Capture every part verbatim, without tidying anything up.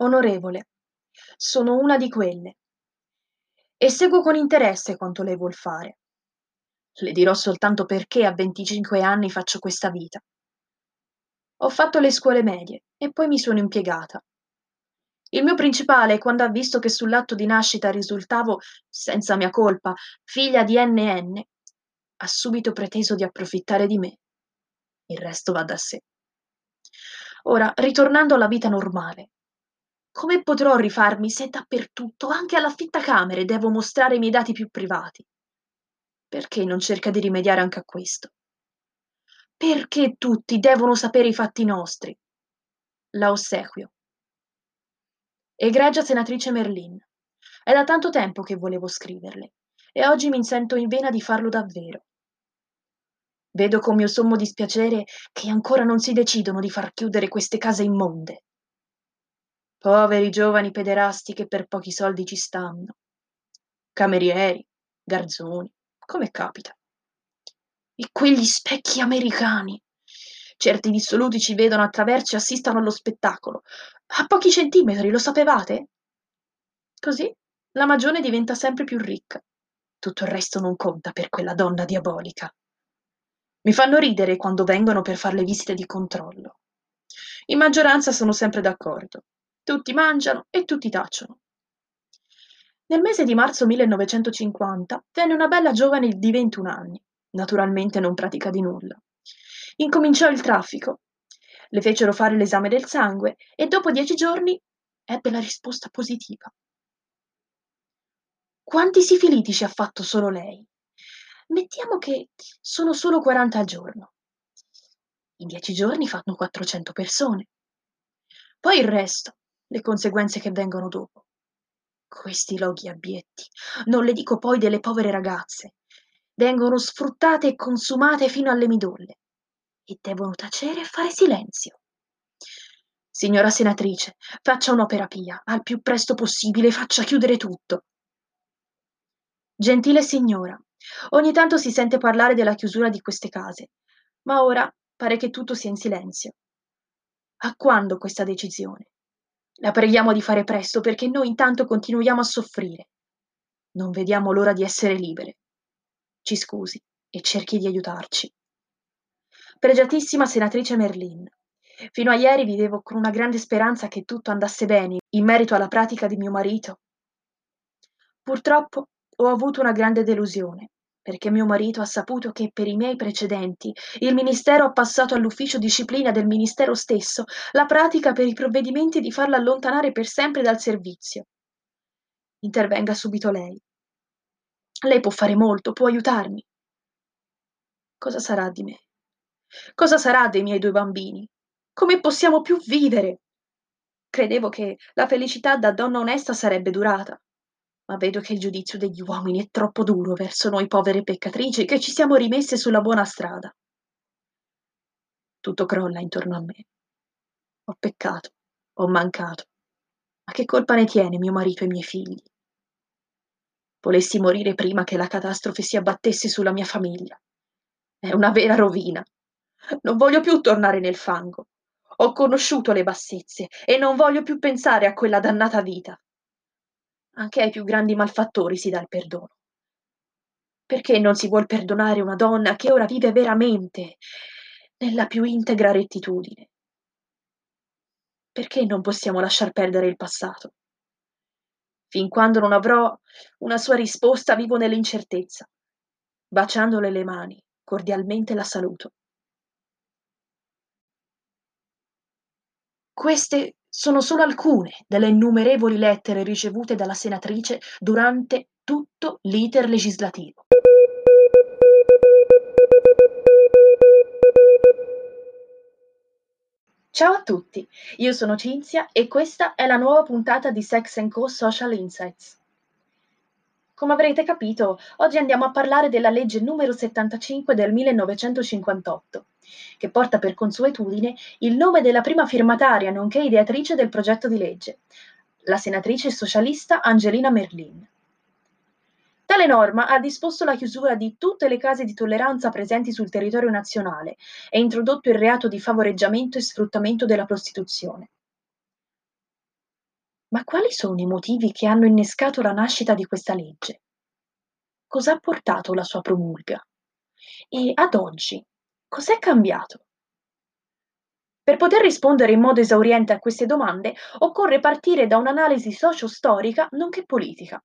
Onorevole, sono una di quelle e seguo con interesse quanto lei vuol fare. Le dirò soltanto perché a venticinque anni faccio questa vita. Ho fatto le scuole medie e poi mi sono impiegata. Il mio principale, quando ha visto che sull'atto di nascita risultavo, senza mia colpa, figlia di N N, ha subito preteso di approfittare di me. Il resto va da sé. Ora, ritornando alla vita normale, come potrò rifarmi se dappertutto, anche all'affittacamere, devo mostrare i miei dati più privati? Perché non cerca di rimediare anche a questo? Perché tutti devono sapere i fatti nostri? La ossequio. Egregia senatrice Merlin, è da tanto tempo che volevo scriverle e oggi mi sento in vena di farlo davvero. Vedo con mio sommo dispiacere che ancora non si decidono di far chiudere queste case immonde. Poveri giovani pederasti che per pochi soldi ci stanno. Camerieri, garzoni, come capita. E quegli specchi americani. Certi dissoluti ci vedono attraverso e assistono allo spettacolo. A pochi centimetri, lo sapevate? Così la magione diventa sempre più ricca. Tutto il resto non conta per quella donna diabolica. Mi fanno ridere quando vengono per far le visite di controllo. In maggioranza sono sempre d'accordo. Tutti mangiano e tutti tacciono. Nel mese di marzo millenovecentocinquanta venne una bella giovane di ventuno anni, naturalmente non pratica di nulla. Incominciò il traffico. Le fecero fare l'esame del sangue e dopo dieci giorni ebbe la risposta positiva. Quanti sifilitici ha fatto solo lei? Mettiamo che sono solo quaranta al giorno. In dieci giorni fanno quattrocento persone. Poi il resto, le conseguenze che vengono dopo. Questi loghi abietti, non le dico poi delle povere ragazze, vengono sfruttate e consumate fino alle midolle e devono tacere e fare silenzio. Signora senatrice, faccia un'opera pia, al più presto possibile, faccia chiudere tutto. Gentile signora, ogni tanto si sente parlare della chiusura di queste case, ma ora pare che tutto sia in silenzio. A quando questa decisione? La preghiamo di fare presto perché noi intanto continuiamo a soffrire. Non vediamo l'ora di essere libere. Ci scusi e cerchi di aiutarci. Pregiatissima senatrice Merlin, fino a ieri vivevo con una grande speranza che tutto andasse bene in merito alla pratica di mio marito. Purtroppo ho avuto una grande delusione, perché mio marito ha saputo che per i miei precedenti il Ministero ha passato all'ufficio disciplina del Ministero stesso la pratica per i provvedimenti di farla allontanare per sempre dal servizio. Intervenga subito lei. Lei può fare molto, può aiutarmi. Cosa sarà di me? Cosa sarà dei miei due bambini? Come possiamo più vivere? Credevo che la felicità da donna onesta sarebbe durata, ma vedo che il giudizio degli uomini è troppo duro verso noi povere peccatrici che ci siamo rimesse sulla buona strada. Tutto crolla intorno a me. Ho peccato, ho mancato. Ma che colpa ne tiene mio marito e i miei figli? Volessi morire prima che la catastrofe si abbattesse sulla mia famiglia. È una vera rovina. Non voglio più tornare nel fango. Ho conosciuto le bassezze e non voglio più pensare a quella dannata vita. Anche ai più grandi malfattori si dà il perdono. Perché non si vuol perdonare una donna che ora vive veramente nella più integra rettitudine? Perché non possiamo lasciar perdere il passato? Fin quando non avrò una sua risposta vivo nell'incertezza. Baciandole le mani, cordialmente la saluto. Queste sono solo alcune delle innumerevoli lettere ricevute dalla senatrice durante tutto l'iter legislativo. Ciao a tutti, io sono Cinzia e questa è la nuova puntata di Sex and Co Social Insights. Come avrete capito, oggi andiamo a parlare della legge numero settantacinque del millenovecentocinquantotto, che porta per consuetudine il nome della prima firmataria nonché ideatrice del progetto di legge, la senatrice socialista Angelina Merlin. Tale norma ha disposto la chiusura di tutte le case di tolleranza presenti sul territorio nazionale e introdotto il reato di favoreggiamento e sfruttamento della prostituzione. Ma quali sono i motivi che hanno innescato la nascita di questa legge? Cosa ha portato la sua promulga? E ad oggi cos'è cambiato? Per poter rispondere in modo esauriente a queste domande occorre partire da un'analisi socio-storica nonché politica.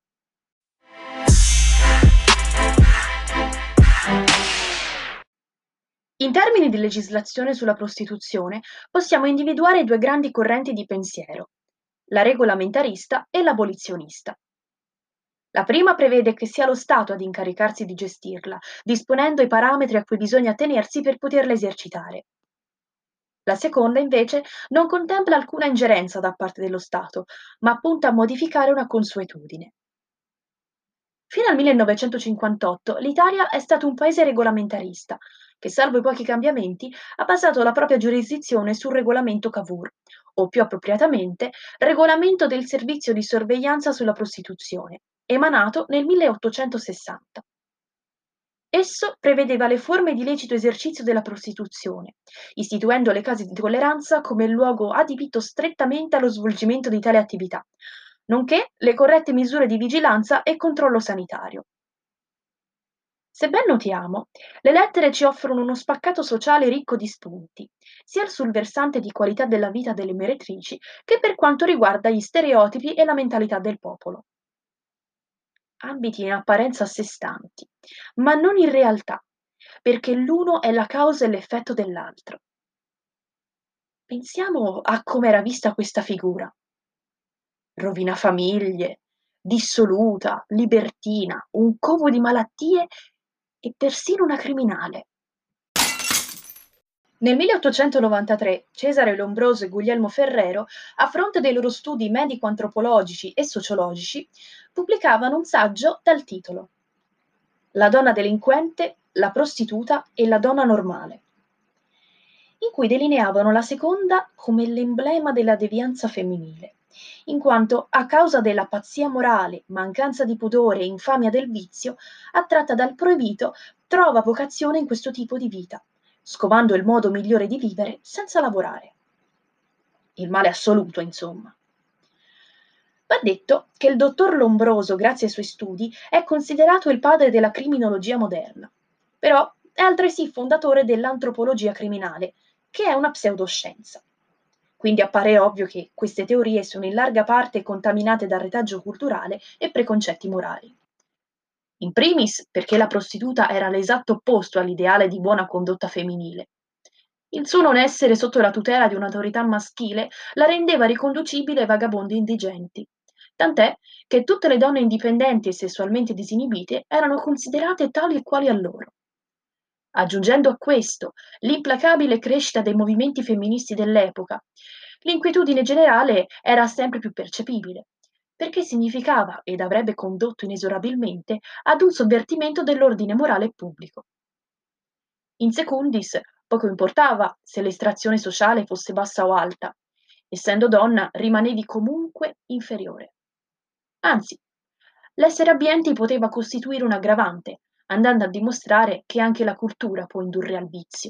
In termini di legislazione sulla prostituzione, possiamo individuare due grandi correnti di pensiero, la regolamentarista e l'abolizionista. La prima prevede che sia lo Stato ad incaricarsi di gestirla, disponendo i parametri a cui bisogna tenersi per poterla esercitare. La seconda, invece, non contempla alcuna ingerenza da parte dello Stato, ma punta a modificare una consuetudine. Fino al millenovecentocinquantotto l'Italia è stato un paese regolamentarista, che salvo i pochi cambiamenti ha basato la propria giurisdizione sul regolamento Cavour, o più appropriatamente Regolamento del servizio di sorveglianza sulla prostituzione, emanato nel milleottocentosessanta. Esso prevedeva le forme di lecito esercizio della prostituzione, istituendo le case di tolleranza come luogo adibito strettamente allo svolgimento di tale attività, nonché le corrette misure di vigilanza e controllo sanitario. Se ben notiamo, le lettere ci offrono uno spaccato sociale ricco di spunti, sia sul versante di qualità della vita delle meretrici che per quanto riguarda gli stereotipi e la mentalità del popolo. Ambiti in apparenza a sé stanti, ma non in realtà, perché l'uno è la causa e l'effetto dell'altro. Pensiamo a come era vista questa figura. Rovina famiglie, dissoluta, libertina, un covo di malattie e persino una criminale. Nel milleottocentonovantatré Cesare Lombroso e Guglielmo Ferrero, a fronte dei loro studi medico-antropologici e sociologici, pubblicavano un saggio dal titolo La donna delinquente, la prostituta e la donna normale, in cui delineavano la seconda come l'emblema della devianza femminile, in quanto a causa della pazzia morale, mancanza di pudore e infamia del vizio, attratta dal proibito, trova vocazione in questo tipo di vita, scovando il modo migliore di vivere senza lavorare. Il male assoluto, insomma. Va detto che il dottor Lombroso, grazie ai suoi studi, è considerato il padre della criminologia moderna, però è altresì fondatore dell'antropologia criminale, che è una pseudoscienza. Quindi appare ovvio che queste teorie sono in larga parte contaminate dal retaggio culturale e preconcetti morali. In primis perché la prostituta era l'esatto opposto all'ideale di buona condotta femminile. Il suo non essere sotto la tutela di un'autorità maschile la rendeva riconducibile ai vagabondi indigenti, tant'è che tutte le donne indipendenti e sessualmente disinibite erano considerate tali e quali a loro. Aggiungendo a questo l'implacabile crescita dei movimenti femministi dell'epoca, l'inquietudine generale era sempre più percepibile, perché significava ed avrebbe condotto inesorabilmente ad un sovvertimento dell'ordine morale pubblico. In secundis, poco importava se l'estrazione sociale fosse bassa o alta, essendo donna rimanevi comunque inferiore. Anzi, l'essere abbienti poteva costituire un aggravante, andando a dimostrare che anche la cultura può indurre al vizio.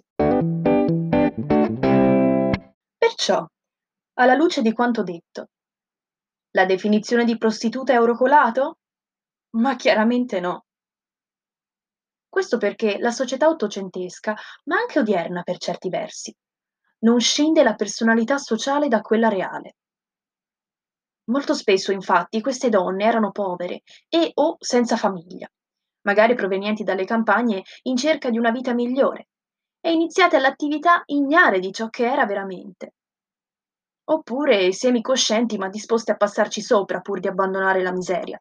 Perciò, alla luce di quanto detto, la definizione di prostituta è orocolato? Ma chiaramente no. Questo perché la società ottocentesca, ma anche odierna per certi versi, non scinde la personalità sociale da quella reale. Molto spesso, infatti, queste donne erano povere e o senza famiglia, magari provenienti dalle campagne in cerca di una vita migliore, e iniziate all'attività ignare di ciò che era veramente, oppure semicoscienti ma disposte a passarci sopra pur di abbandonare la miseria.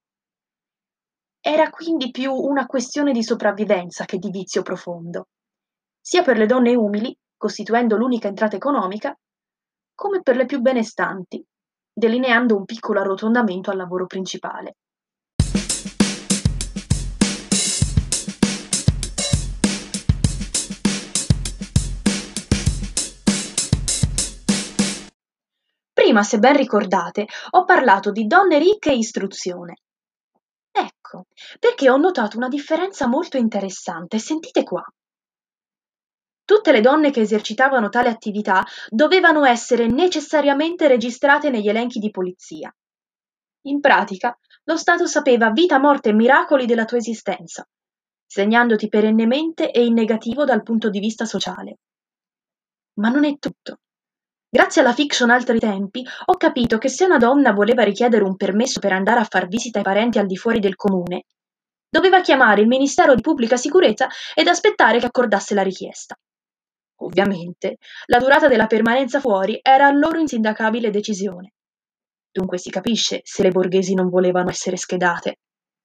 Era quindi più una questione di sopravvivenza che di vizio profondo, sia per le donne umili, costituendo l'unica entrata economica, come per le più benestanti, delineando un piccolo arrotondamento al lavoro principale. Prima, se ben ricordate, ho parlato di donne ricche e istruzione. Ecco, perché ho notato una differenza molto interessante. Sentite qua. Tutte le donne che esercitavano tale attività dovevano essere necessariamente registrate negli elenchi di polizia. In pratica, lo Stato sapeva vita, morte e miracoli della tua esistenza, segnandoti perennemente e in negativo dal punto di vista sociale. Ma non è tutto. Grazie alla fiction Altri tempi, ho capito che se una donna voleva richiedere un permesso per andare a far visita ai parenti al di fuori del comune, doveva chiamare il Ministero di Pubblica Sicurezza ed aspettare che accordasse la richiesta. Ovviamente, la durata della permanenza fuori era a loro insindacabile decisione. Dunque si capisce se le borghesi non volevano essere schedate.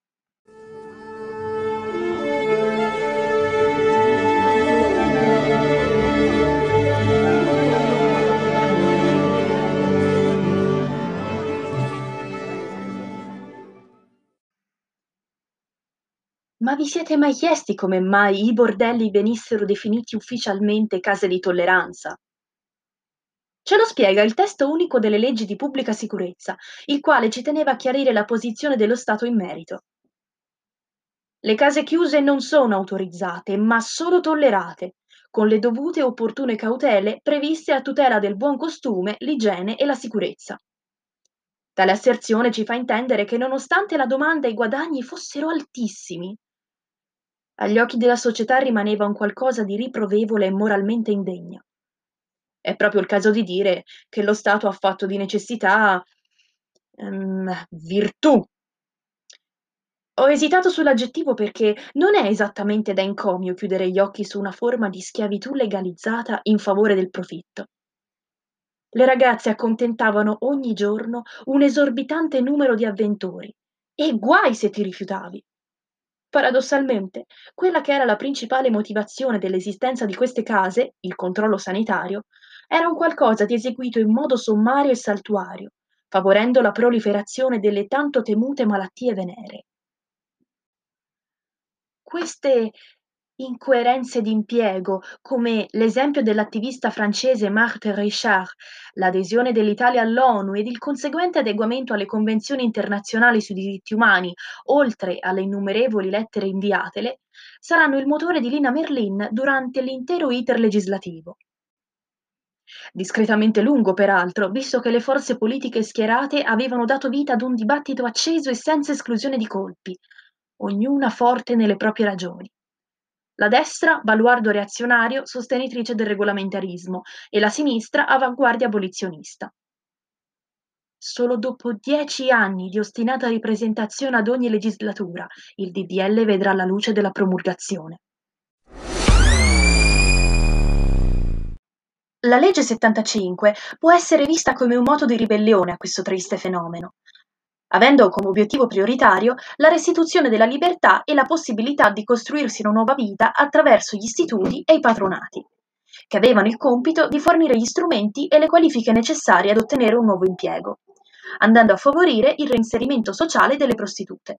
Ma vi siete mai chiesti come mai i bordelli venissero definiti ufficialmente case di tolleranza? Ce lo spiega il testo unico delle leggi di pubblica sicurezza, il quale ci teneva a chiarire la posizione dello Stato in merito. Le case chiuse non sono autorizzate, ma solo tollerate, con le dovute e opportune cautele previste a tutela del buon costume, l'igiene e la sicurezza. Tale asserzione ci fa intendere che nonostante la domanda e i guadagni fossero altissimi, agli occhi della società rimaneva un qualcosa di riprovevole e moralmente indegno. È proprio il caso di dire che lo Stato ha fatto di necessità, ehm, virtù. Ho esitato sull'aggettivo perché non è esattamente da encomio chiudere gli occhi su una forma di schiavitù legalizzata in favore del profitto. Le ragazze accontentavano ogni giorno un esorbitante numero di avventori e guai se ti rifiutavi. Paradossalmente, quella che era la principale motivazione dell'esistenza di queste case, il controllo sanitario, era un qualcosa di eseguito in modo sommario e saltuario, favorendo la proliferazione delle tanto temute malattie venere. Queste incoerenze di impiego, come l'esempio dell'attivista francese Marthe Richard, l'adesione dell'Italia all'ONU ed il conseguente adeguamento alle convenzioni internazionali sui diritti umani, oltre alle innumerevoli lettere inviatele, saranno il motore di Lina Merlin durante l'intero iter legislativo. Discretamente lungo, peraltro, visto che le forze politiche schierate avevano dato vita ad un dibattito acceso e senza esclusione di colpi, ognuna forte nelle proprie ragioni. La destra, baluardo reazionario, sostenitrice del regolamentarismo, e la sinistra, avanguardia abolizionista. Solo dopo dieci anni di ostinata ripresentazione ad ogni legislatura, il D D L vedrà la luce della promulgazione. La legge settantacinque può essere vista come un moto di ribellione a questo triste fenomeno, avendo come obiettivo prioritario la restituzione della libertà e la possibilità di costruirsi una nuova vita attraverso gli istituti e i patronati, che avevano il compito di fornire gli strumenti e le qualifiche necessarie ad ottenere un nuovo impiego, andando a favorire il reinserimento sociale delle prostitute.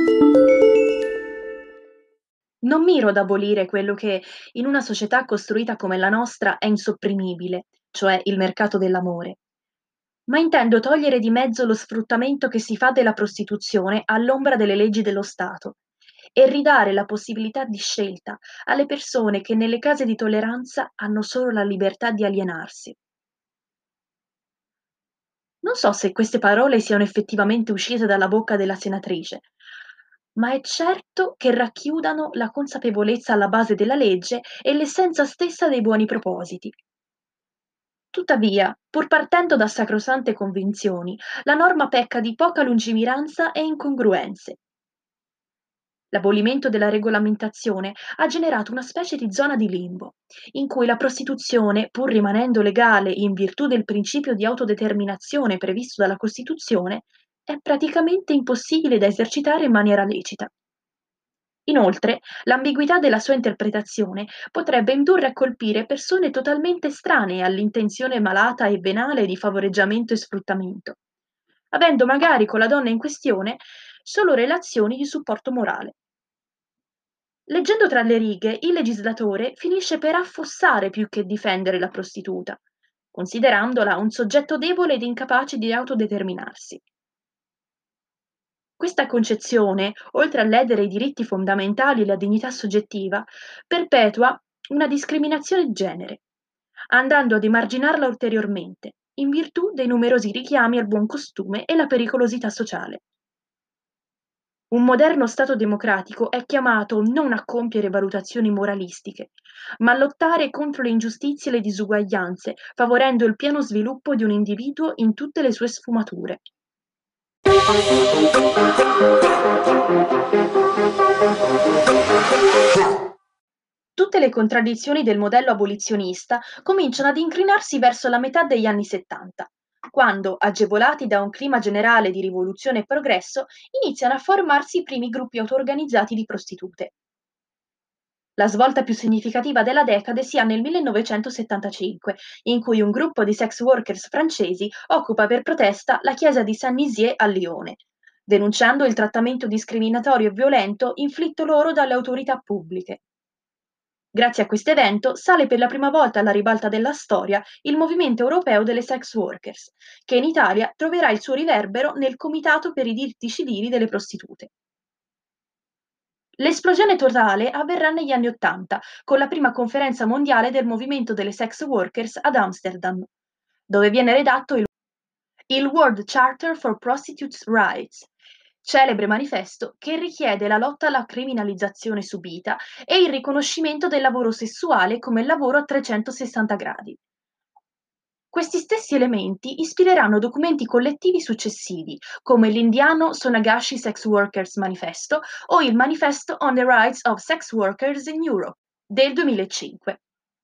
Non miro ad abolire quello che, in una società costruita come la nostra, è insopprimibile, cioè il mercato dell'amore, ma intendo togliere di mezzo lo sfruttamento che si fa della prostituzione all'ombra delle leggi dello Stato e ridare la possibilità di scelta alle persone che nelle case di tolleranza hanno solo la libertà di alienarsi. Non so se queste parole siano effettivamente uscite dalla bocca della senatrice, ma è certo che racchiudano la consapevolezza alla base della legge e l'essenza stessa dei buoni propositi. Tuttavia, pur partendo da sacrosante convinzioni, la norma pecca di poca lungimiranza e incongruenze. L'abolimento della regolamentazione ha generato una specie di zona di limbo, in cui la prostituzione, pur rimanendo legale in virtù del principio di autodeterminazione previsto dalla Costituzione, è praticamente impossibile da esercitare in maniera lecita. Inoltre, l'ambiguità della sua interpretazione potrebbe indurre a colpire persone totalmente estranee all'intenzione malata e venale di favoreggiamento e sfruttamento, avendo magari con la donna in questione solo relazioni di supporto morale. Leggendo tra le righe, il legislatore finisce per affossare più che difendere la prostituta, considerandola un soggetto debole ed incapace di autodeterminarsi. Questa concezione, oltre a ledere i diritti fondamentali e la dignità soggettiva, perpetua una discriminazione di genere, andando ad emarginarla ulteriormente, in virtù dei numerosi richiami al buon costume e la pericolosità sociale. Un moderno Stato democratico è chiamato non a compiere valutazioni moralistiche, ma a lottare contro le ingiustizie e le disuguaglianze, favorendo il pieno sviluppo di un individuo in tutte le sue sfumature. Tutte le contraddizioni del modello abolizionista cominciano ad incrinarsi verso la metà degli anni settanta, quando, agevolati da un clima generale di rivoluzione e progresso, iniziano a formarsi i primi gruppi auto-organizzati di prostitute. La svolta più significativa della decade si ha nel millenovecentosettantacinque, in cui un gruppo di sex workers francesi occupa per protesta la chiesa di Saint-Nizier a Lione, denunciando il trattamento discriminatorio e violento inflitto loro dalle autorità pubbliche. Grazie a questo evento sale per la prima volta alla ribalta della storia il movimento europeo delle sex workers, che in Italia troverà il suo riverbero nel Comitato per i diritti civili delle prostitute. L'esplosione totale avverrà negli anni Ottanta, con la prima conferenza mondiale del movimento delle sex workers ad Amsterdam, dove viene redatto il, il World Charter for Prostitutes' Rights, celebre manifesto che richiede la lotta alla criminalizzazione subita e il riconoscimento del lavoro sessuale come lavoro a trecentosessanta gradi. Questi stessi elementi ispireranno documenti collettivi successivi, come l'indiano Sonagashi Sex Workers Manifesto o il Manifesto on the Rights of Sex Workers in Europe del duemilacinque.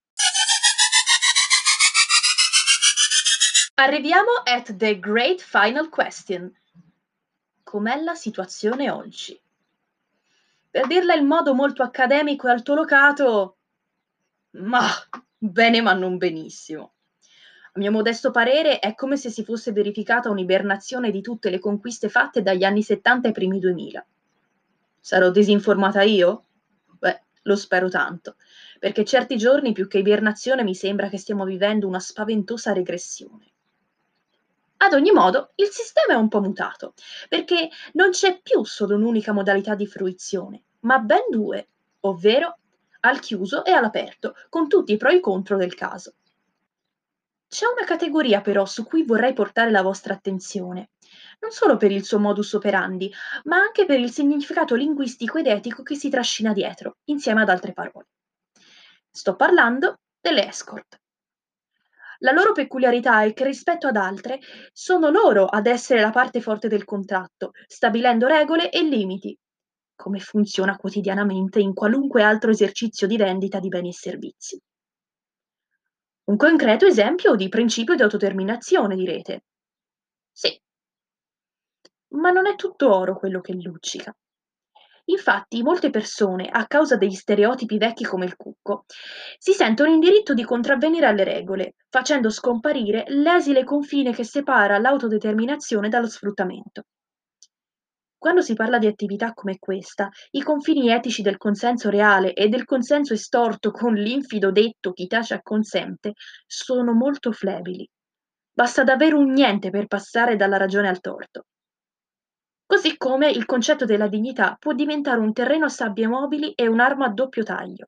Arriviamo at the great final question. Com'è la situazione oggi? Per dirla in modo molto accademico e altolocato, ma bene ma non benissimo. A mio modesto parere è come se si fosse verificata un'ibernazione di tutte le conquiste fatte dagli anni settanta ai primi duemila. Sarò disinformata io? Beh, lo spero tanto, perché certi giorni più che ibernazione mi sembra che stiamo vivendo una spaventosa regressione. Ad ogni modo, il sistema è un po' mutato, perché non c'è più solo un'unica modalità di fruizione, ma ben due, ovvero al chiuso e all'aperto, con tutti i pro e i contro del caso. C'è una categoria però su cui vorrei portare la vostra attenzione, non solo per il suo modus operandi, ma anche per il significato linguistico ed etico che si trascina dietro, insieme ad altre parole. Sto parlando delle escort. La loro peculiarità è che rispetto ad altre sono loro ad essere la parte forte del contratto, stabilendo regole e limiti, come funziona quotidianamente in qualunque altro esercizio di vendita di beni e servizi. Un concreto esempio di principio di autodeterminazione, direte. Sì, ma non è tutto oro quello che luccica. Infatti, molte persone, a causa degli stereotipi vecchi come il cucco, si sentono in diritto di contravvenire alle regole, facendo scomparire l'esile confine che separa l'autodeterminazione dallo sfruttamento. Quando si parla di attività come questa, i confini etici del consenso reale e del consenso estorto con l'infido detto chi tace acconsente sono molto flebili. Basta davvero un niente per passare dalla ragione al torto. Così come il concetto della dignità può diventare un terreno a sabbie mobili e un'arma a doppio taglio.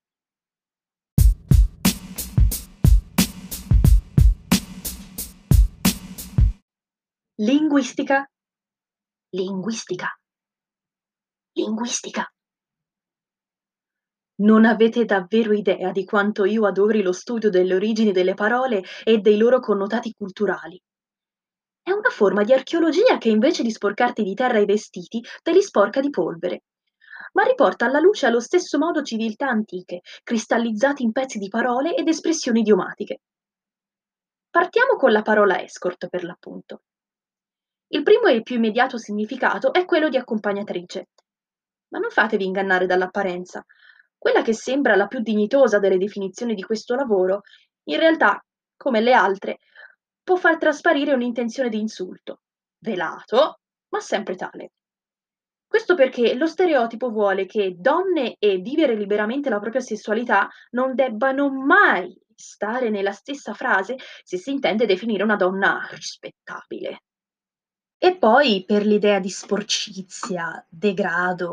Linguistica, linguistica, linguistica. Non avete davvero idea di quanto io adori lo studio delle origini delle parole e dei loro connotati culturali. È una forma di archeologia che invece di sporcarti di terra i vestiti, te li sporca di polvere, ma riporta alla luce allo stesso modo civiltà antiche, cristallizzate in pezzi di parole ed espressioni idiomatiche. Partiamo con la parola escort, per l'appunto. Il primo e il più immediato significato è quello di accompagnatrice. Ma non fatevi ingannare dall'apparenza. Quella che sembra la più dignitosa delle definizioni di questo lavoro, in realtà, come le altre, può far trasparire un'intenzione di insulto, velato, ma sempre tale. Questo perché lo stereotipo vuole che donne e vivere liberamente la propria sessualità non debbano mai stare nella stessa frase se si intende definire una donna rispettabile. E poi per l'idea di sporcizia, degrado,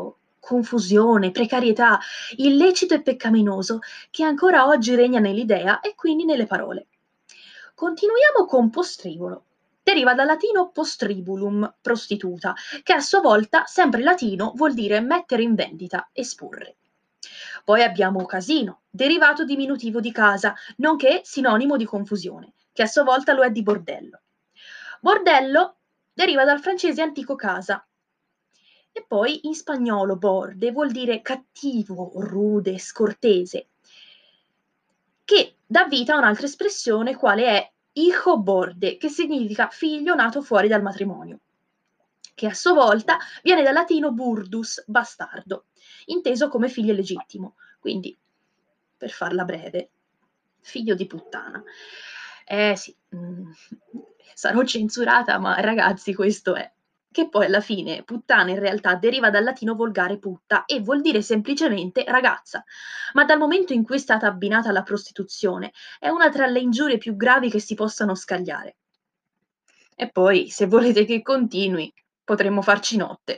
confusione, precarietà, illecito e peccaminoso che ancora oggi regna nell'idea e quindi nelle parole. Continuiamo con postribolo. Deriva dal latino postribulum, prostituta, che a sua volta, sempre in latino, vuol dire mettere in vendita, esporre. Poi abbiamo casino, derivato diminutivo di casa, nonché sinonimo di confusione, che a sua volta lo è di bordello. Bordello deriva dal francese antico casa. E poi in spagnolo borde vuol dire cattivo, rude, scortese, che dà vita a un'altra espressione quale è hijo borde, che significa figlio nato fuori dal matrimonio, che a sua volta viene dal latino burdus, bastardo, inteso come figlio legittimo, quindi, per farla breve, figlio di puttana. Eh sì, mm, sarò censurata, ma ragazzi, questo è. Che poi alla fine puttana in realtà deriva dal latino volgare putta e vuol dire semplicemente ragazza, ma dal momento in cui è stata abbinata alla prostituzione è una tra le ingiurie più gravi che si possano scagliare. E poi, se volete che continui, potremmo farci notte.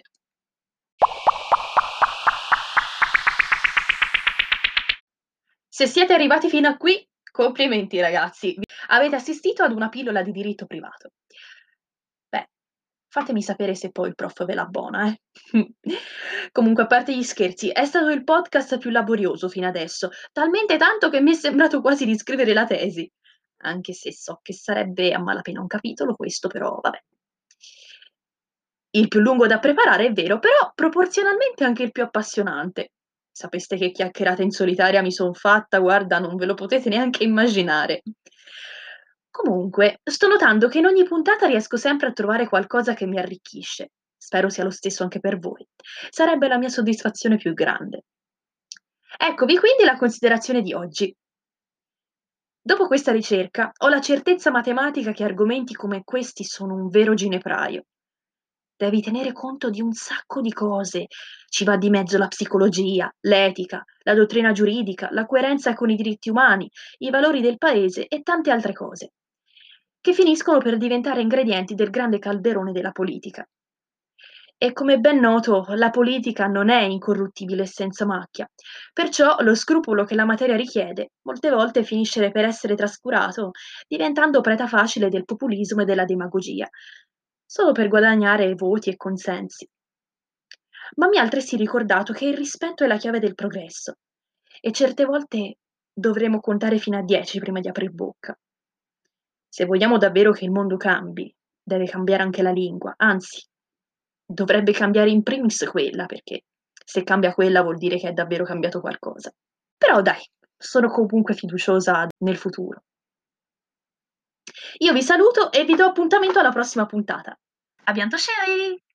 Se siete arrivati fino a qui, complimenti ragazzi, avete assistito ad una pillola di diritto privato. Beh, fatemi sapere se poi il prof ve la abbona, eh. Comunque, a parte gli scherzi, è stato il podcast più laborioso fino adesso, talmente tanto che mi è sembrato quasi di scrivere la tesi. Anche se so che sarebbe a malapena un capitolo questo, però vabbè. Il più lungo da preparare, è vero, però proporzionalmente anche il più appassionante. Sapeste che chiacchierata in solitaria mi son fatta, guarda, non ve lo potete neanche immaginare. Comunque, sto notando che in ogni puntata riesco sempre a trovare qualcosa che mi arricchisce. Spero sia lo stesso anche per voi. Sarebbe la mia soddisfazione più grande. Eccovi quindi la considerazione di oggi. Dopo questa ricerca, ho la certezza matematica che argomenti come questi sono un vero ginepraio. Devi tenere conto di un sacco di cose. Ci va di mezzo la psicologia, l'etica, la dottrina giuridica, la coerenza con i diritti umani, i valori del paese e tante altre cose, che finiscono per diventare ingredienti del grande calderone della politica. E come ben noto, la politica non è incorruttibile e senza macchia, perciò lo scrupolo che la materia richiede molte volte finisce per essere trascurato, diventando preda facile del populismo e della demagogia, solo per guadagnare voti e consensi. Ma mi ha altresì ricordato che il rispetto è la chiave del progresso e certe volte dovremo contare fino a dieci prima di aprir bocca. Se vogliamo davvero che il mondo cambi, deve cambiare anche la lingua, anzi, dovrebbe cambiare in primis quella, perché se cambia quella vuol dire che è davvero cambiato qualcosa. Però dai, sono comunque fiduciosa nel futuro. Io vi saluto e vi do appuntamento alla prossima puntata. A bientôt chérie!